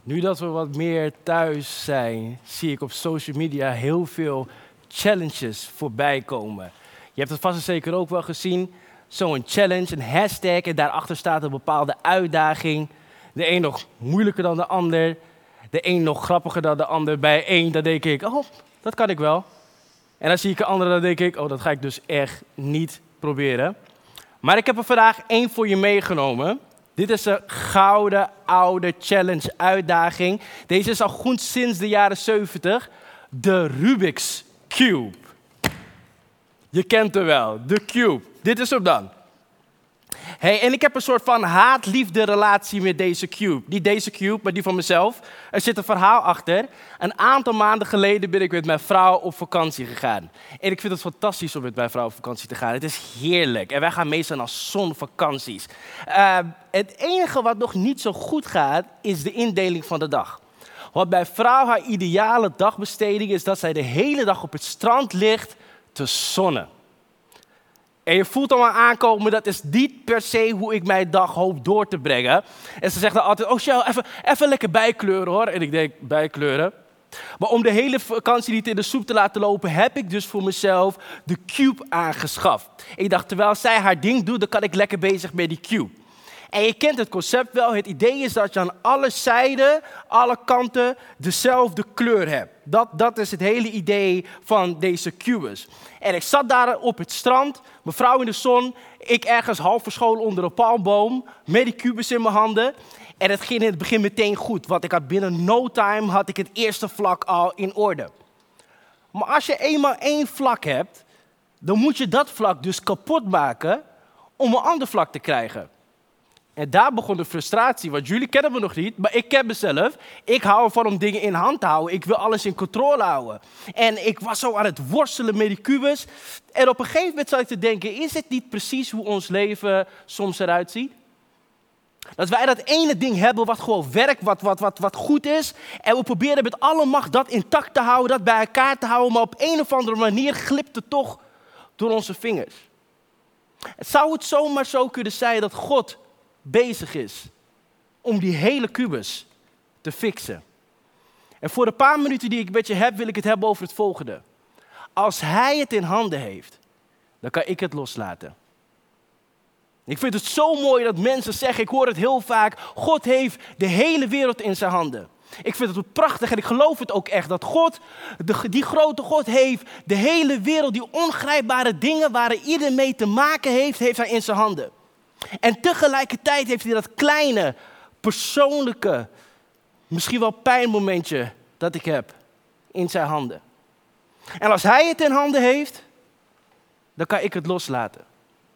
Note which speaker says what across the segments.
Speaker 1: Nu dat we wat meer thuis zijn, zie ik op social media heel veel challenges voorbij komen. Je hebt het vast en zeker ook wel gezien. Zo'n challenge, een hashtag en daarachter staat een bepaalde uitdaging. De een nog moeilijker dan de ander. De een nog grappiger dan de ander. Bij één, dan denk ik, oh, dat kan ik wel. En dan zie ik een andere, dan denk ik, oh, dat ga ik dus echt niet proberen. Maar ik heb er vandaag één voor je meegenomen. Dit is een gouden, oude challenge uitdaging. Deze is al goed sinds de jaren 70. De Rubik's Cube. Je kent hem wel, de Cube. Dit is hem dan. Hey, en ik heb een soort van haat-liefde relatie met deze Cube. Niet deze Cube, maar die van mezelf. Er zit een verhaal achter. Een aantal maanden geleden ben ik met mijn vrouw op vakantie gegaan. En ik vind het fantastisch om met mijn vrouw op vakantie te gaan. Het is heerlijk. En wij gaan meestal naar zonvakanties. Het enige wat nog niet zo goed gaat, is de indeling van de dag. Want bij vrouw haar ideale dagbesteding is dat zij de hele dag op het strand ligt te zonnen. En je voelt al aankomen, dat is niet per se hoe ik mijn dag hoop door te brengen. En ze zegt dan altijd, oh Shell, even lekker bijkleuren hoor. En ik denk, bijkleuren? Maar om de hele vakantie niet in de soep te laten lopen, heb ik dus voor mezelf de Cube aangeschaft. Ik dacht, terwijl zij haar ding doet, dan kan ik lekker bezig met die Cube. En je kent het concept wel. Het idee is dat je aan alle zijden, alle kanten dezelfde kleur hebt. Dat is het hele idee van deze cubes. En ik zat daar op het strand, mevrouw in de zon, ik ergens half verscholen onder een palmboom, met die cubes in mijn handen. En het ging in het begin meteen goed, want ik had binnen no time had ik het eerste vlak al in orde. Maar als je eenmaal één vlak hebt, dan moet je dat vlak dus kapot maken om een ander vlak te krijgen. En daar begon de frustratie, want jullie kennen me nog niet, maar ik ken mezelf. Ik hou ervan om dingen in hand te houden. Ik wil alles in controle houden. En ik was zo aan het worstelen met die kubus. En op een gegeven moment zat ik te denken, is het niet precies hoe ons leven soms eruit ziet? Dat wij dat ene ding hebben wat gewoon werkt, wat goed is. En we proberen met alle macht dat intact te houden, dat bij elkaar te houden. Maar op een of andere manier glipt het toch door onze vingers. Zou het zomaar zo kunnen zijn dat God bezig is om die hele kubus te fixen? En voor de paar minuten die ik met je heb, wil ik het hebben over het volgende. Als hij het in handen heeft, dan kan ik het loslaten. Ik vind het zo mooi dat mensen zeggen, ik hoor het heel vaak, God heeft de hele wereld in zijn handen. Ik vind het prachtig en ik geloof het ook echt, dat God, die grote God heeft de hele wereld, die ongrijpbare dingen waar ieder mee te maken heeft, heeft hij in zijn handen. En tegelijkertijd heeft hij dat kleine, persoonlijke, misschien wel pijnmomentje dat ik heb in zijn handen. En als hij het in handen heeft, dan kan ik het loslaten.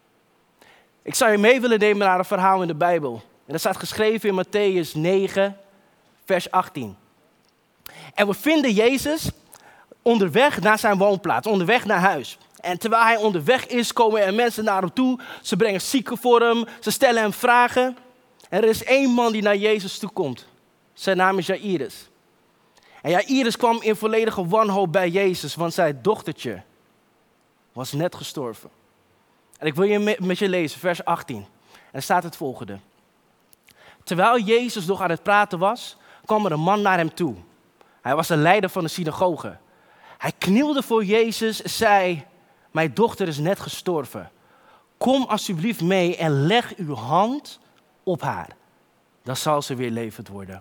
Speaker 1: Ik zou je mee willen nemen naar een verhaal in de Bijbel. En dat staat geschreven in Mattheüs 9, vers 18. En we vinden Jezus onderweg naar zijn woonplaats, onderweg naar huis. En terwijl hij onderweg is, komen er mensen naar hem toe. Ze brengen zieken voor hem, ze stellen hem vragen. En er is één man die naar Jezus toe komt. Zijn naam is Jairus. En Jairus kwam in volledige wanhoop bij Jezus, want zijn dochtertje was net gestorven. En ik wil je met je lezen, vers 18. En er staat het volgende. Terwijl Jezus nog aan het praten was, kwam er een man naar hem toe. Hij was een leider van de synagoge. Hij knielde voor Jezus en zei, mijn dochter is net gestorven. Kom alsjeblieft mee en leg uw hand op haar. Dan zal ze weer levend worden.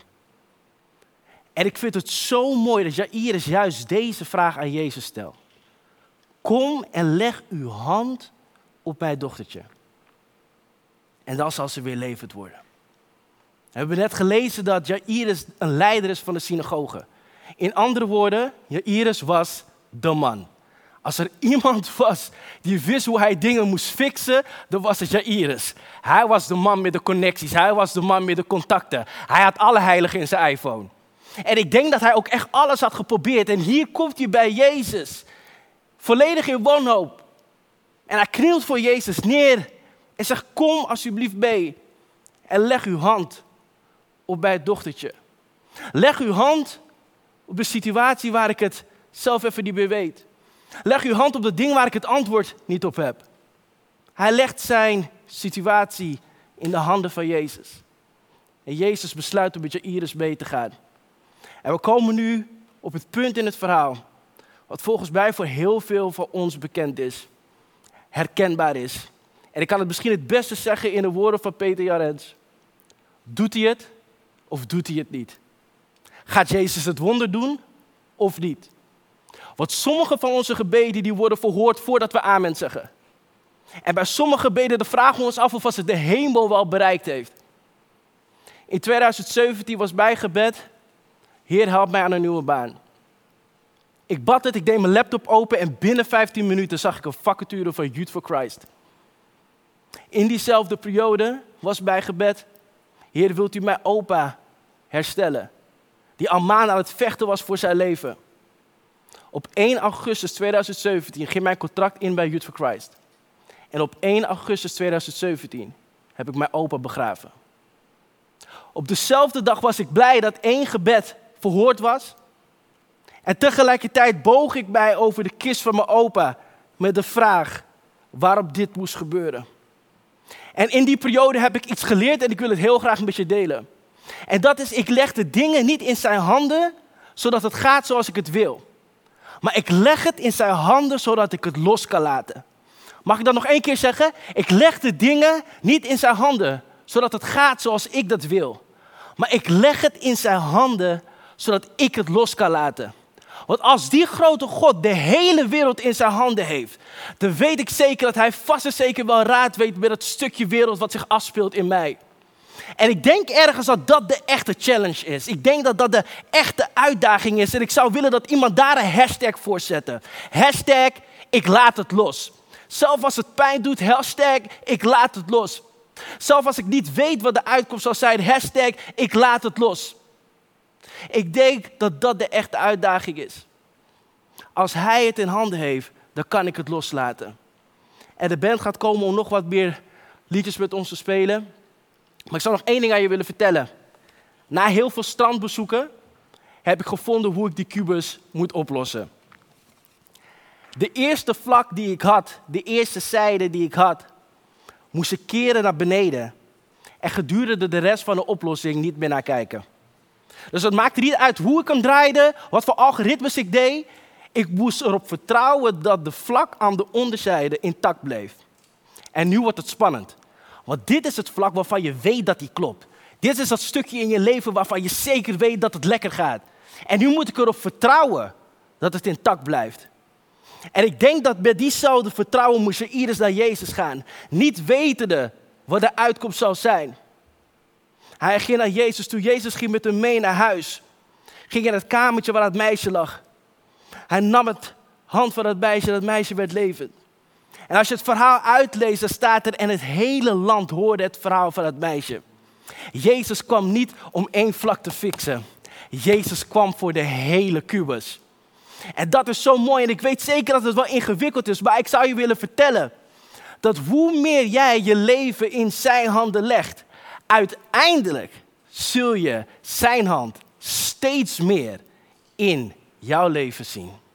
Speaker 1: En ik vind het zo mooi dat Jairus juist deze vraag aan Jezus stelt. Kom en leg uw hand op mijn dochtertje. En dan zal ze weer levend worden. We hebben net gelezen dat Jairus een leider is van de synagoge. In andere woorden, Jairus was de man. Als er iemand was die wist hoe hij dingen moest fixen, dan was het Jairus. Hij was de man met de connecties, hij was de man met de contacten. Hij had alle heiligen in zijn iPhone. En ik denk dat hij ook echt alles had geprobeerd. En hier komt hij bij Jezus, volledig in wanhoop. En hij knielt voor Jezus neer en zegt, kom alsjeblieft mee en leg uw hand op mijn dochtertje. Leg uw hand op de situatie waar ik het zelf even niet meer weet. Leg uw hand op dat ding waar ik het antwoord niet op heb. Hij legt zijn situatie in de handen van Jezus. En Jezus besluit om met Jairus mee te gaan. En we komen nu op het punt in het verhaal, wat volgens mij voor heel veel van ons bekend is. Herkenbaar is. En ik kan het misschien het beste zeggen in de woorden van Peter Jarens. Doet hij het of doet hij het niet? Gaat Jezus het wonder doen of niet? Want sommige van onze gebeden die worden verhoord voordat we amen zeggen. En bij sommige gebeden vragen we ons af of het de hemel wel bereikt heeft. In 2017 was mijn gebed, Heer, help mij aan een nieuwe baan. Ik bad het, ik deed mijn laptop open en binnen 15 minuten zag ik een vacature van Youth for Christ. In diezelfde periode was mijn gebed, Heer, wilt u mijn opa herstellen? Die al maanden aan het vechten was voor zijn leven. Op 1 augustus 2017 ging mijn contract in bij Youth for Christ. En op 1 augustus 2017 heb ik mijn opa begraven. Op dezelfde dag was ik blij dat 1 gebed verhoord was. En tegelijkertijd boog ik mij over de kist van mijn opa met de vraag waarop dit moest gebeuren. En in die periode heb ik iets geleerd en ik wil het heel graag met je delen. En dat is, ik leg de dingen niet in zijn handen zodat het gaat zoals ik het wil. Maar ik leg het in zijn handen zodat ik het los kan laten. Mag ik dat nog 1 keer zeggen? Ik leg de dingen niet in zijn handen zodat het gaat zoals ik dat wil. Maar ik leg het in zijn handen zodat ik het los kan laten. Want als die grote God de hele wereld in zijn handen heeft, dan weet ik zeker dat hij vast en zeker wel raad weet met het stukje wereld wat zich afspeelt in mij. En ik denk ergens dat dat de echte challenge is. Ik denk dat dat de echte uitdaging is. En ik zou willen dat iemand daar een hashtag voor zette. Hashtag, ik laat het los. Zelf als het pijn doet, hashtag, ik laat het los. Zelf als ik niet weet wat de uitkomst zal zijn, hashtag, ik laat het los. Ik denk dat dat de echte uitdaging is. Als hij het in handen heeft, dan kan ik het loslaten. En de band gaat komen om nog wat meer liedjes met ons te spelen. Maar ik zou nog 1 ding aan je willen vertellen. Na heel veel strandbezoeken heb ik gevonden hoe ik die kubus moet oplossen. De eerste vlak die ik had, de eerste zijde die ik had, moest ik keren naar beneden. En gedurende de rest van de oplossing niet meer naar kijken. Dus het maakte niet uit hoe ik hem draaide, wat voor algoritmes ik deed. Ik moest erop vertrouwen dat de vlak aan de onderzijde intact bleef. En nu wordt het spannend. Want dit is het vlak waarvan je weet dat die klopt. Dit is dat stukje in je leven waarvan je zeker weet dat het lekker gaat. En nu moet ik erop vertrouwen dat het intact blijft. En ik denk dat met diezelfde vertrouwen moest Jairus naar Jezus gaan. Niet wetende wat de uitkomst zou zijn. Hij ging naar Jezus toe. Jezus ging met hem mee naar huis. Ging in het kamertje waar het meisje lag. Hij nam het hand van het meisje werd levend. En als je het verhaal uitleest, dan staat er en het hele land hoorde het verhaal van het meisje. Jezus kwam niet om 1 vlak te fixen. Jezus kwam voor de hele kubus. En dat is zo mooi en ik weet zeker dat het wel ingewikkeld is, maar ik zou je willen vertellen dat hoe meer jij je leven in zijn handen legt, uiteindelijk zul je zijn hand steeds meer in jouw leven zien.